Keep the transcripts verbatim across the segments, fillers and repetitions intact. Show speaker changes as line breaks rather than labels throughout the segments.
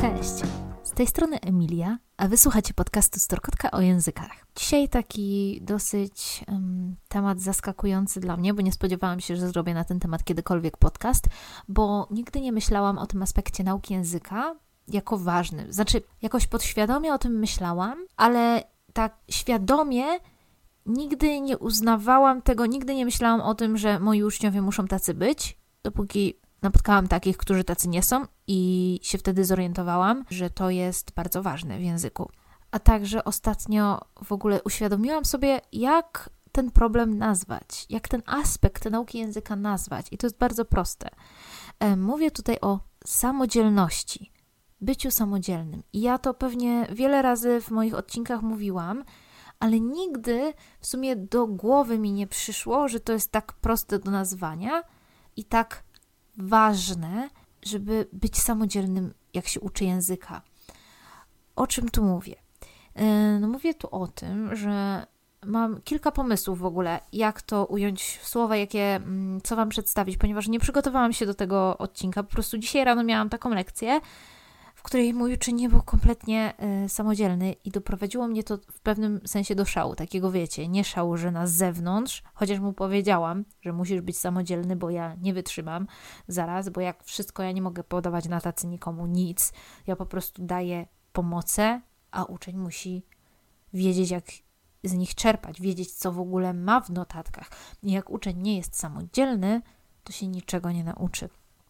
Cześć, z tej strony Emilia, a wysłuchacie podcastu Storkotka o językach. Dzisiaj taki dosyć um, temat zaskakujący dla mnie, bo nie spodziewałam się, że zrobię na ten temat kiedykolwiek podcast, bo nigdy nie myślałam o tym aspekcie nauki języka jako ważnym. Znaczy, jakoś podświadomie o tym myślałam, ale tak świadomie nigdy nie uznawałam tego, nigdy nie myślałam o tym, że moi uczniowie muszą tacy być, dopóki napotkałam takich, którzy tacy nie są i się wtedy zorientowałam, że to jest bardzo ważne w języku. A także ostatnio w ogóle uświadomiłam sobie, jak ten problem nazwać, jak ten aspekt nauki języka nazwać. I to jest bardzo proste. Mówię tutaj o samodzielności, byciu samodzielnym. I ja to pewnie wiele razy w moich odcinkach mówiłam, ale nigdy w sumie do głowy mi nie przyszło, że to jest tak proste do nazwania i tak ważne, żeby być samodzielnym, jak się uczy języka. O czym tu mówię? No mówię tu o tym, że mam kilka pomysłów w ogóle, jak to ująć w słowa, jakie, co Wam przedstawić, ponieważ nie przygotowałam się do tego odcinka. Po prostu dzisiaj rano miałam taką lekcję, w której mój uczeń nie był kompletnie y, samodzielny i doprowadziło mnie to w pewnym sensie do szału, takiego wiecie, nie szału, że na zewnątrz, chociaż mu powiedziałam, że musisz być samodzielny, bo ja nie wytrzymam zaraz, bo jak wszystko, ja nie mogę podawać na tacy nikomu nic, ja po prostu daję pomocę, a uczeń musi wiedzieć, jak z nich czerpać, wiedzieć, co w ogóle ma w notatkach. I jak uczeń nie jest samodzielny, to się niczego nie nauczy.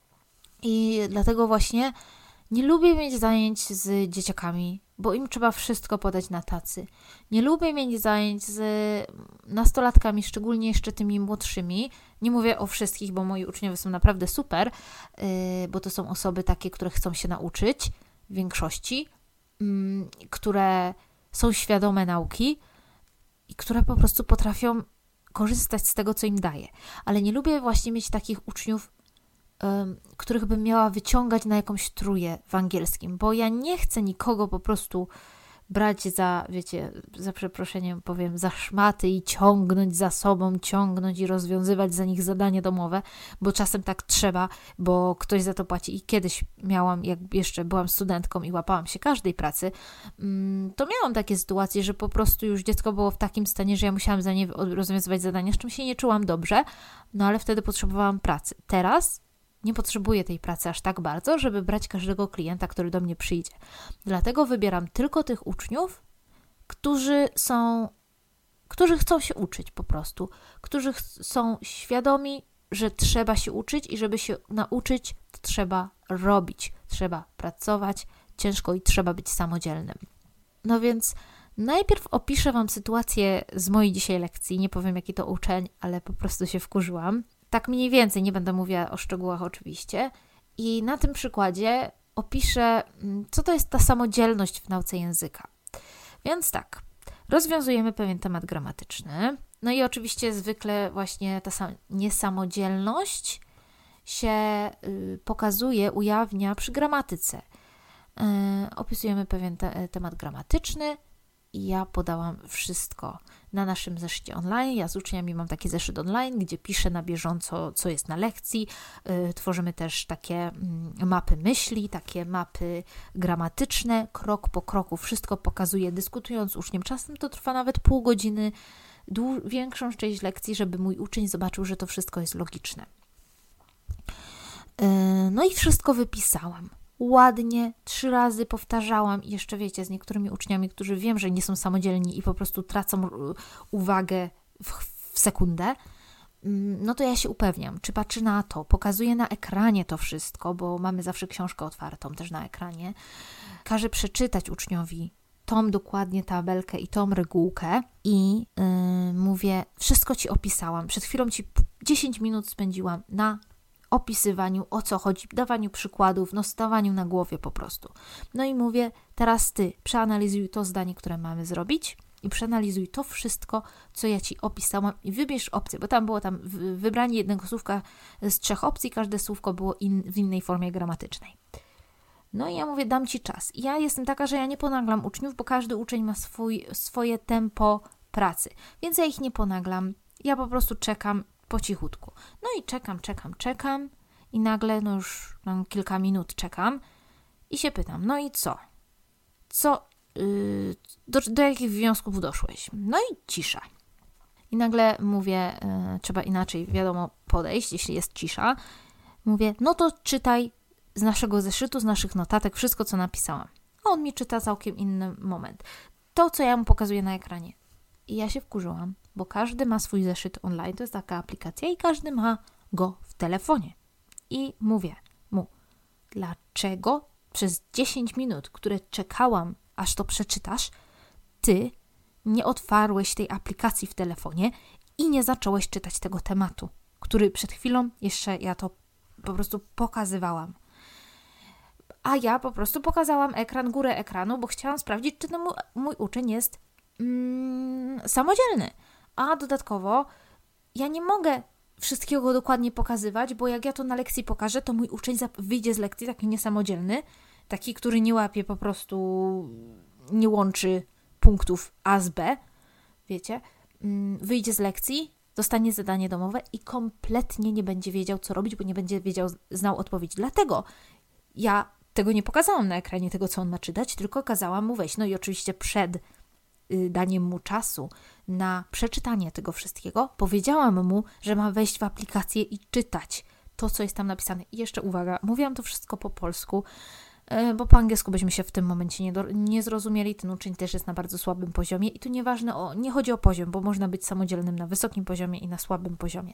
I dlatego właśnie nie lubię mieć zajęć z dzieciakami, bo im trzeba wszystko podać na tacy. Nie lubię mieć zajęć z nastolatkami, szczególnie jeszcze tymi młodszymi. Nie mówię o wszystkich, bo moi uczniowie są naprawdę super, yy, bo to są osoby takie, które chcą się nauczyć w większości, yy, które są świadome nauki i które po prostu potrafią korzystać z tego, co im daje. Ale nie lubię właśnie mieć takich uczniów, których bym miała wyciągać na jakąś trójkę w angielskim, bo ja nie chcę nikogo po prostu brać za, wiecie, za przeproszeniem powiem, za szmaty i ciągnąć za sobą, ciągnąć i rozwiązywać za nich zadania domowe, bo czasem tak trzeba, bo ktoś za to płaci. I kiedyś miałam, jak jeszcze byłam studentką i łapałam się każdej pracy, to miałam takie sytuacje, że po prostu już dziecko było w takim stanie, że ja musiałam za nie rozwiązywać zadania, z czym się nie czułam dobrze, no ale wtedy potrzebowałam pracy. Teraz nie potrzebuję tej pracy aż tak bardzo, żeby brać każdego klienta, który do mnie przyjdzie. Dlatego wybieram tylko tych uczniów, którzy są, którzy chcą się uczyć po prostu, którzy ch- są świadomi, że trzeba się uczyć i żeby się nauczyć, to trzeba robić, trzeba pracować ciężko i trzeba być samodzielnym. No więc najpierw opiszę Wam sytuację z mojej dzisiaj lekcji, nie powiem jaki to uczeń, ale po prostu się wkurzyłam. Tak mniej więcej, nie będę mówiła o szczegółach oczywiście. I na tym przykładzie opiszę, co to jest ta samodzielność w nauce języka. Więc tak, rozwiązujemy pewien temat gramatyczny. No i oczywiście zwykle właśnie ta sam- niesamodzielność się y, pokazuje, ujawnia przy gramatyce. Y, opisujemy pewien te- temat gramatyczny i ja podałam wszystko na naszym zeszycie online. Ja z uczniami mam taki zeszyt online, gdzie piszę na bieżąco, co jest na lekcji. Yy, tworzymy też takie mm, mapy myśli, takie mapy gramatyczne, krok po kroku. Wszystko pokazuję, dyskutując z uczniem. Czasem to trwa nawet pół godziny, dłu- większą część lekcji, żeby mój uczeń zobaczył, że to wszystko jest logiczne. Yy, no i wszystko wypisałam. Ładnie, trzy razy powtarzałam i jeszcze wiecie, z niektórymi uczniami, którzy wiem, że nie są samodzielni i po prostu tracą uwagę w, w sekundę, no to ja się upewniam, czy patrzy na to, pokazuję na ekranie to wszystko, bo mamy zawsze książkę otwartą też na ekranie, każę przeczytać uczniowi tą dokładnie tabelkę i tą regułkę i yy, mówię, wszystko Ci opisałam, przed chwilą Ci dziesięć minut spędziłam na opisywaniu, o co chodzi, dawaniu przykładów, no stawaniu na głowie po prostu. No i mówię, teraz Ty przeanalizuj to zdanie, które mamy zrobić i przeanalizuj to wszystko, co ja Ci opisałam i wybierz opcję, bo tam było tam wybranie jednego słówka z trzech opcji, każde słówko było in, w innej formie gramatycznej. No i ja mówię, dam Ci czas. I ja jestem taka, że ja nie ponaglam uczniów, bo każdy uczeń ma swój, swoje tempo pracy, więc ja ich nie ponaglam. Ja po prostu czekam po cichutku. No i czekam, czekam, czekam i nagle, no już mam kilka minut czekam I się pytam, no i co? Co, yy, do, do jakich wniosków doszłeś? No i cisza. I nagle mówię, yy, trzeba inaczej, wiadomo, podejść, jeśli jest cisza. Mówię, no to czytaj z naszego zeszytu, z naszych notatek, wszystko, co napisałam. A on mi czyta całkiem inny moment. To, co ja mu pokazuję na ekranie. I ja się wkurzyłam, bo każdy ma swój zeszyt online, to jest taka aplikacja i każdy ma go w telefonie. I mówię mu, dlaczego przez dziesięć minut, które czekałam, aż to przeczytasz, ty nie otwarłeś tej aplikacji w telefonie i nie zacząłeś czytać tego tematu, który przed chwilą jeszcze ja to po prostu pokazywałam. A ja po prostu pokazałam ekran, górę ekranu, bo chciałam sprawdzić, czy ten mój, mój uczeń jest mm, samodzielny. A dodatkowo ja nie mogę wszystkiego dokładnie pokazywać, bo jak ja to na lekcji pokażę, to mój uczeń wyjdzie z lekcji taki niesamodzielny, taki, który nie łapie po prostu, nie łączy punktów A z B, wiecie, wyjdzie z lekcji, dostanie zadanie domowe i kompletnie nie będzie wiedział, co robić, bo nie będzie wiedział, znał odpowiedź. Dlatego ja tego nie pokazałam na ekranie, tego, co on ma czytać, tylko kazałam mu wejść. No i oczywiście przed y, daniem mu czasu na przeczytanie tego wszystkiego, powiedziałam mu, że ma wejść w aplikację i czytać to, co jest tam napisane. I jeszcze uwaga, mówiłam to wszystko po polsku, y, bo po angielsku byśmy się w tym momencie nie, do, nie zrozumieli. Ten uczeń też jest na bardzo słabym poziomie i tu nieważne, o, nie chodzi o poziom, bo można być samodzielnym na wysokim poziomie i na słabym poziomie.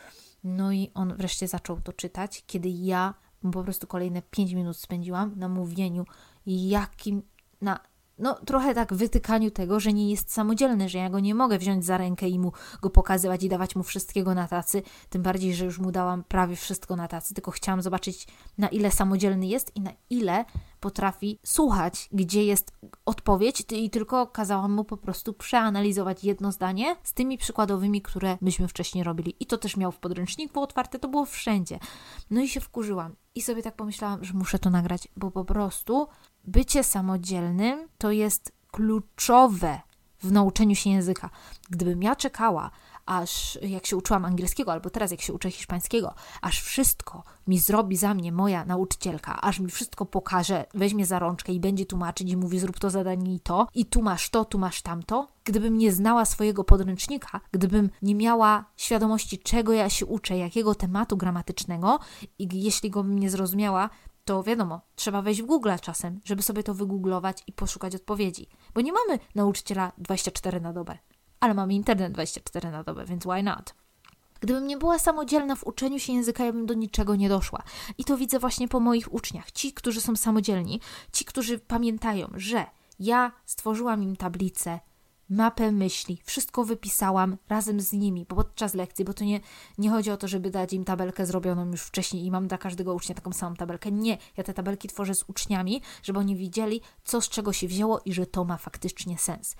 No i on wreszcie zaczął to czytać, kiedy ja po prostu kolejne pięć minut spędziłam na mówieniu, jakim, na, no trochę tak wytykaniu tego, że nie jest samodzielny, że ja go nie mogę wziąć za rękę i mu go pokazywać i dawać mu wszystkiego na tacy, tym bardziej, że już mu dałam prawie wszystko na tacy, tylko chciałam zobaczyć, na ile samodzielny jest i na ile potrafi słuchać, gdzie jest odpowiedź i tylko kazałam mu po prostu przeanalizować jedno zdanie z tymi przykładowymi, które myśmy wcześniej robili. I to też miał w podręczniku otwarte, to było wszędzie. No i się wkurzyłam. I sobie tak pomyślałam, że muszę to nagrać, bo po prostu bycie samodzielnym to jest kluczowe w nauczeniu się języka. Gdybym ja czekała, aż jak się uczyłam angielskiego, albo teraz jak się uczę hiszpańskiego, aż wszystko mi zrobi za mnie moja nauczycielka, aż mi wszystko pokaże, weźmie za rączkę i będzie tłumaczyć i mówi zrób to zadanie i to, i tu masz to, tu masz tamto. Gdybym nie znała swojego podręcznika, gdybym nie miała świadomości, czego ja się uczę, jakiego tematu gramatycznego i jeśli go bym nie zrozumiała, to wiadomo, trzeba wejść w Google czasem, żeby sobie to wygooglować i poszukać odpowiedzi. Bo nie mamy nauczyciela dwadzieścia cztery na dobę, ale mamy internet dwadzieścia cztery na dobę, więc why not? Gdybym nie była samodzielna w uczeniu się języka, ja bym do niczego nie doszła. I to widzę właśnie po moich uczniach. Ci, którzy są samodzielni, ci, którzy pamiętają, że ja stworzyłam im tablicę, mapę myśli, wszystko wypisałam razem z nimi, bo podczas lekcji, bo to nie, nie chodzi o to, żeby dać im tabelkę zrobioną już wcześniej i mam dla każdego ucznia taką samą tabelkę. Nie, ja te tabelki tworzę z uczniami, żeby oni widzieli, co z czego się wzięło i że to ma faktycznie sens.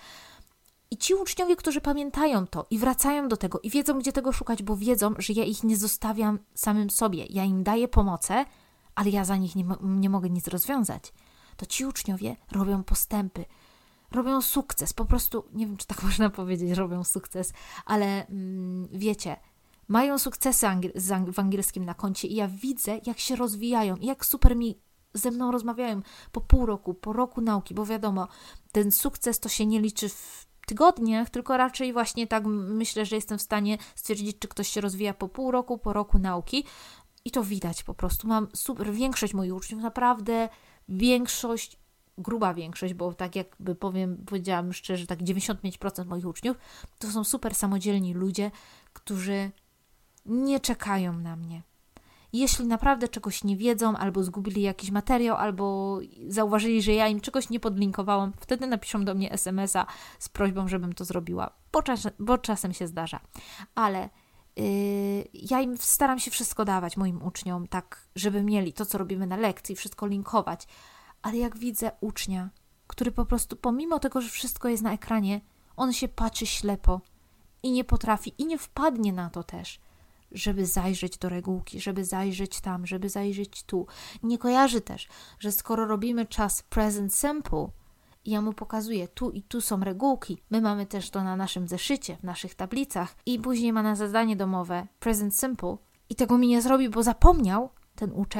I ci uczniowie, którzy pamiętają to i wracają do tego i wiedzą, gdzie tego szukać, bo wiedzą, że ja ich nie zostawiam samym sobie. Ja im daję pomocę, ale ja za nich nie, nie mogę nic rozwiązać. To ci uczniowie robią postępy, robią sukces. Po prostu, nie wiem, czy tak można powiedzieć, robią sukces, ale mm, wiecie, mają sukcesy angiel- z ang- w angielskim na koncie i ja widzę, jak się rozwijają i jak super mi ze mną rozmawiają po pół roku, po roku nauki, bo wiadomo, ten sukces to się nie liczy w tygodniach, tylko raczej właśnie tak myślę, że jestem w stanie stwierdzić, czy ktoś się rozwija po pół roku, po roku nauki i to widać po prostu. Mam super, większość moich uczniów, naprawdę większość, gruba większość, bo tak jakby powiem, powiedziałam szczerze, tak dziewięćdziesiąt pięć procent moich uczniów to są super samodzielni ludzie, którzy nie czekają na mnie. Jeśli naprawdę czegoś nie wiedzą, albo zgubili jakiś materiał, albo zauważyli, że ja im czegoś nie podlinkowałam, wtedy napiszą do mnie es em es a z prośbą, żebym to zrobiła, bo, czas, bo czasem się zdarza. Ale yy, ja im staram się wszystko dawać, moim uczniom, tak, żeby mieli to, co robimy na lekcji, wszystko linkować. Ale jak widzę ucznia, który po prostu pomimo tego, że wszystko jest na ekranie, on się patrzy ślepo i nie potrafi i nie wpadnie na to też, żeby zajrzeć do regułki, żeby zajrzeć tam, żeby zajrzeć tu. Nie kojarzy też, że skoro robimy czas present simple i ja mu pokazuję, tu i tu są regułki, my mamy też to na naszym zeszycie, w naszych tablicach i później ma na zadanie domowe present simple i tego mi nie zrobi, bo zapomniał ten uczeń,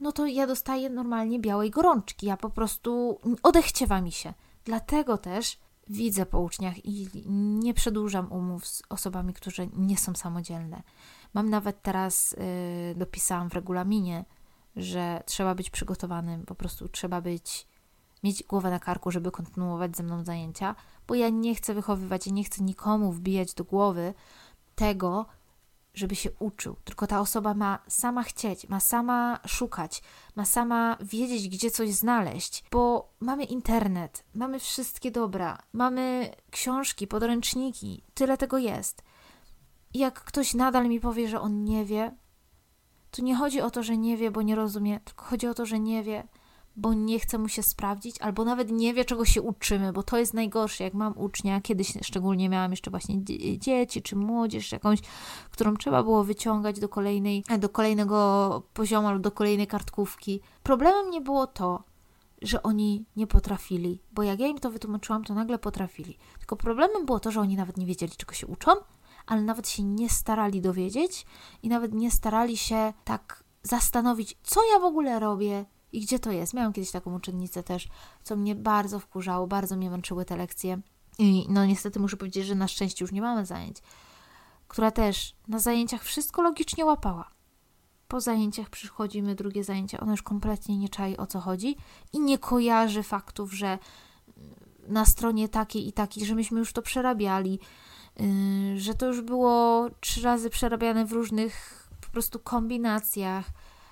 no to ja dostaję normalnie białej gorączki. Ja po prostu odechciewa mi się. Dlatego też widzę po uczniach i nie przedłużam umów z osobami, które nie są samodzielne. Mam nawet teraz, yy, dopisałam w regulaminie, że trzeba być przygotowanym, po prostu trzeba być, mieć głowę na karku, żeby kontynuować ze mną zajęcia, bo ja nie chcę wychowywać i nie chcę nikomu wbijać do głowy tego, żeby się uczył. Tylko ta osoba ma sama chcieć, ma sama szukać, ma sama wiedzieć, gdzie coś znaleźć, bo mamy internet, mamy wszystkie dobra, mamy książki, podręczniki, tyle tego jest. I jak ktoś nadal mi powie, że on nie wie, to nie chodzi o to, że nie wie, bo nie rozumie, tylko chodzi o to, że nie wie, bo nie chce mu się sprawdzić, albo nawet nie wie, czego się uczymy, bo to jest najgorsze. Jak mam ucznia, kiedyś szczególnie miałam jeszcze właśnie dzie- dzieci, czy młodzież jakąś, którą trzeba było wyciągać do kolejnej, do kolejnego poziomu lub do kolejnej kartkówki. Problemem nie było to, że oni nie potrafili, bo jak ja im to wytłumaczyłam, to nagle potrafili. Tylko problemem było to, że oni nawet nie wiedzieli, czego się uczą, ale nawet się nie starali dowiedzieć i nawet nie starali się tak zastanowić, co ja w ogóle robię i gdzie to jest. Miałam kiedyś taką uczennicę też, co mnie bardzo wkurzało, bardzo mnie męczyły te lekcje. I no niestety muszę powiedzieć, że na szczęście już nie mamy zajęć, która też na zajęciach wszystko logicznie łapała. Po zajęciach przychodzimy, drugie zajęcia, ona już kompletnie nie czai, o co chodzi i nie kojarzy faktów, że na stronie takiej i takiej, że myśmy już to przerabiali, Yy, że to już było trzy razy przerabiane w różnych po prostu kombinacjach,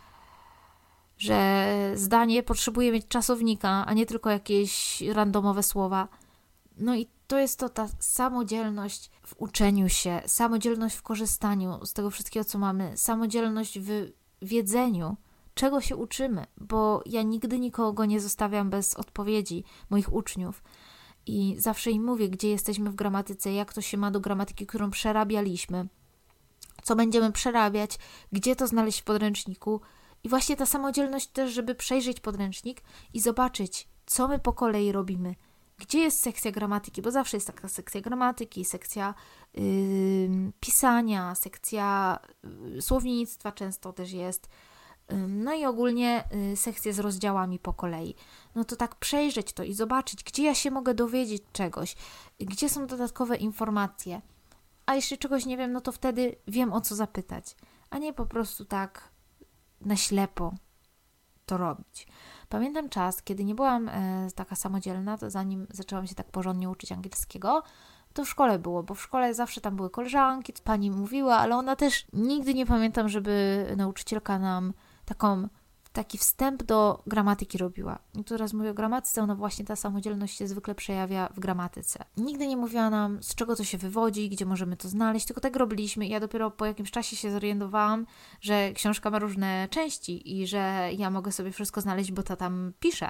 że zdanie potrzebuje mieć czasownika, a nie tylko jakieś randomowe słowa. No i to jest to ta samodzielność w uczeniu się, samodzielność w korzystaniu z tego wszystkiego, co mamy, samodzielność w wiedzeniu, czego się uczymy, bo ja nigdy nikogo nie zostawiam bez odpowiedzi, moich uczniów. I zawsze im mówię, gdzie jesteśmy w gramatyce, jak to się ma do gramatyki, którą przerabialiśmy, co będziemy przerabiać, gdzie to znaleźć w podręczniku. I właśnie ta samodzielność też, żeby przejrzeć podręcznik i zobaczyć, co my po kolei robimy. Gdzie jest sekcja gramatyki, bo zawsze jest taka sekcja gramatyki, sekcja yy, pisania, sekcja yy, słownictwa często też jest. No i ogólnie y, sekcje z rozdziałami po kolei. No to tak przejrzeć to i zobaczyć, gdzie ja się mogę dowiedzieć czegoś, gdzie są dodatkowe informacje. A jeśli czegoś nie wiem, no to wtedy wiem, o co zapytać, a nie po prostu tak na ślepo to robić. Pamiętam czas, kiedy nie byłam e, taka samodzielna, to zanim zaczęłam się tak porządnie uczyć angielskiego, to w szkole było, bo w szkole zawsze tam były koleżanki, pani mówiła, ale ona też, nigdy nie pamiętam, żeby nauczycielka nam taką, taki wstęp do gramatyki robiła. I tu teraz mówię o gramatyce, no właśnie ta samodzielność się zwykle przejawia w gramatyce. Nigdy nie mówiła nam, z czego to się wywodzi, gdzie możemy to znaleźć, tylko tak robiliśmy i ja dopiero po jakimś czasie się zorientowałam, że książka ma różne części i że ja mogę sobie wszystko znaleźć, bo ta tam pisze.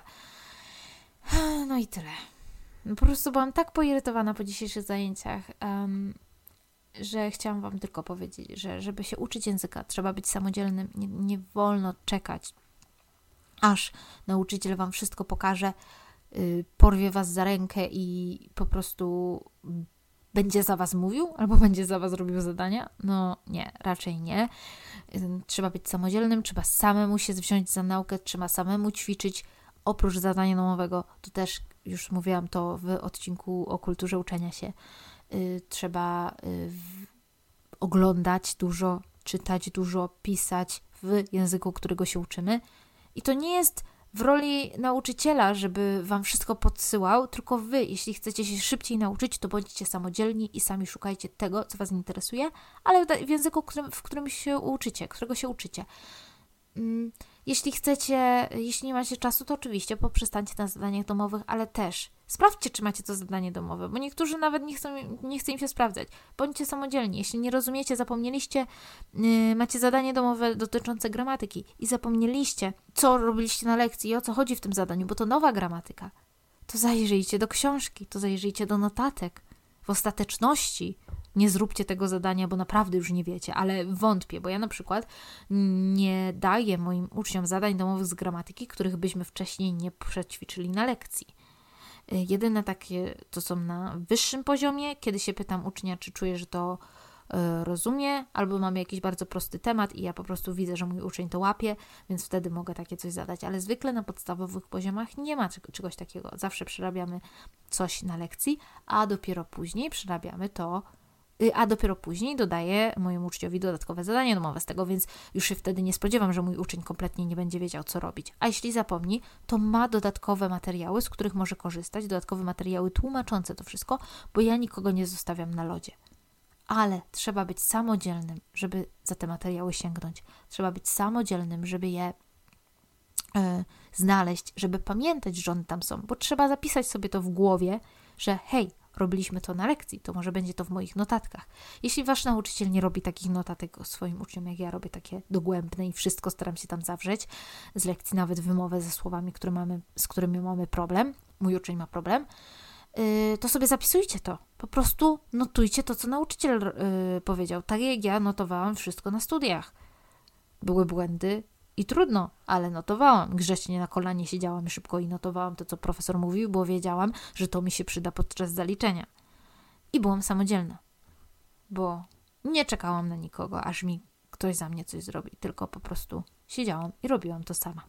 No i tyle. Po prostu byłam tak poirytowana po dzisiejszych zajęciach, um, że chciałam Wam tylko powiedzieć, że żeby się uczyć języka, trzeba być samodzielnym, nie, nie wolno czekać, aż nauczyciel Wam wszystko pokaże, yy, porwie Was za rękę i po prostu będzie za Was mówił, albo będzie za Was robił zadania. No nie, raczej nie. Yy, trzeba być samodzielnym, trzeba samemu się wziąć za naukę, trzeba samemu ćwiczyć. Oprócz zadania domowego, to też już mówiłam to w odcinku o kulturze uczenia się, yy, trzeba yy, w, oglądać dużo, czytać dużo, pisać w języku, którego się uczymy. I to nie jest w roli nauczyciela, żeby Wam wszystko podsyłał, tylko Wy, jeśli chcecie się szybciej nauczyć, to bądźcie samodzielni i sami szukajcie tego, co Was interesuje, ale w języku, w którym, w którym się uczycie, którego się uczycie. Mm. Jeśli chcecie, jeśli nie macie czasu, to oczywiście poprzestańcie na zadaniach domowych, ale też sprawdźcie, czy macie to zadanie domowe, bo niektórzy nawet nie chcą, nie chce im się sprawdzać. Bądźcie samodzielni. Jeśli nie rozumiecie, zapomnieliście, yy, macie zadanie domowe dotyczące gramatyki i zapomnieliście, co robiliście na lekcji i o co chodzi w tym zadaniu, bo to nowa gramatyka, to zajrzyjcie do książki, to zajrzyjcie do notatek. W ostateczności nie zróbcie tego zadania, bo naprawdę już nie wiecie, ale wątpię, bo ja na przykład nie daję moim uczniom zadań domowych z gramatyki, których byśmy wcześniej nie przećwiczyli na lekcji. Jedyne takie to są na wyższym poziomie, kiedy się pytam ucznia, czy czuje, że to y, rozumie, albo mamy jakiś bardzo prosty temat i ja po prostu widzę, że mój uczeń to łapie, więc wtedy mogę takie coś zadać. Ale zwykle na podstawowych poziomach nie ma czegoś takiego. Zawsze przerabiamy coś na lekcji, a dopiero później przerabiamy to, a dopiero później dodaję mojemu uczniowi dodatkowe zadanie domowe z tego, więc już się wtedy nie spodziewam, że mój uczeń kompletnie nie będzie wiedział, co robić. A jeśli zapomni, to ma dodatkowe materiały, z których może korzystać, dodatkowe materiały tłumaczące to wszystko, bo ja nikogo nie zostawiam na lodzie. Ale trzeba być samodzielnym, żeby za te materiały sięgnąć. Trzeba być samodzielnym, żeby je yy, znaleźć, żeby pamiętać, że one tam są, bo trzeba zapisać sobie to w głowie, że hej, robiliśmy to na lekcji, to może będzie to w moich notatkach. Jeśli wasz nauczyciel nie robi takich notatek o swoim uczniom, jak ja robię, takie dogłębne i wszystko staram się tam zawrzeć, z lekcji nawet wymowę ze słowami, które mamy, z którymi mamy problem, mój uczeń ma problem, yy, to sobie zapisujcie to. Po prostu notujcie to, co nauczyciel yy, powiedział. Tak jak ja notowałam wszystko na studiach. Były błędy i trudno, ale notowałam. Grzecznie na kolanie siedziałam szybko i notowałam to, co profesor mówił, bo wiedziałam, że to mi się przyda podczas zaliczenia. I byłam samodzielna, bo nie czekałam na nikogo, aż mi ktoś za mnie coś zrobi, tylko po prostu siedziałam i robiłam to sama.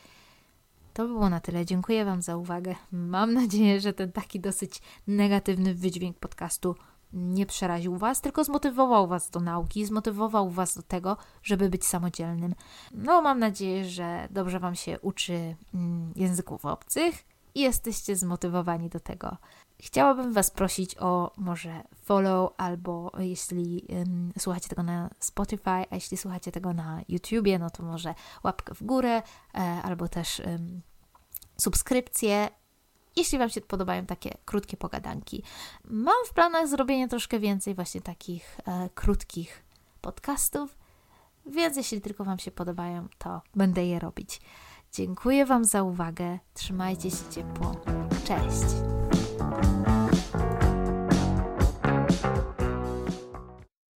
To by było na tyle. Dziękuję wam za uwagę. Mam nadzieję, że ten taki dosyć negatywny wydźwięk podcastu nie przeraził was, tylko zmotywował was do nauki, zmotywował was do tego, żeby być samodzielnym. No, mam nadzieję, że dobrze wam się uczy mm, języków obcych i jesteście zmotywowani do tego. Chciałabym was prosić o może follow, albo jeśli um, słuchacie tego na Spotify, a jeśli słuchacie tego na YouTubie, no to może łapkę w górę, e, albo też um, subskrypcję, jeśli wam się podobają takie krótkie pogadanki. Mam w planach zrobienie troszkę więcej właśnie takich e, krótkich podcastów, więc jeśli tylko wam się podobają, to będę je robić. Dziękuję wam za uwagę, trzymajcie się ciepło, cześć!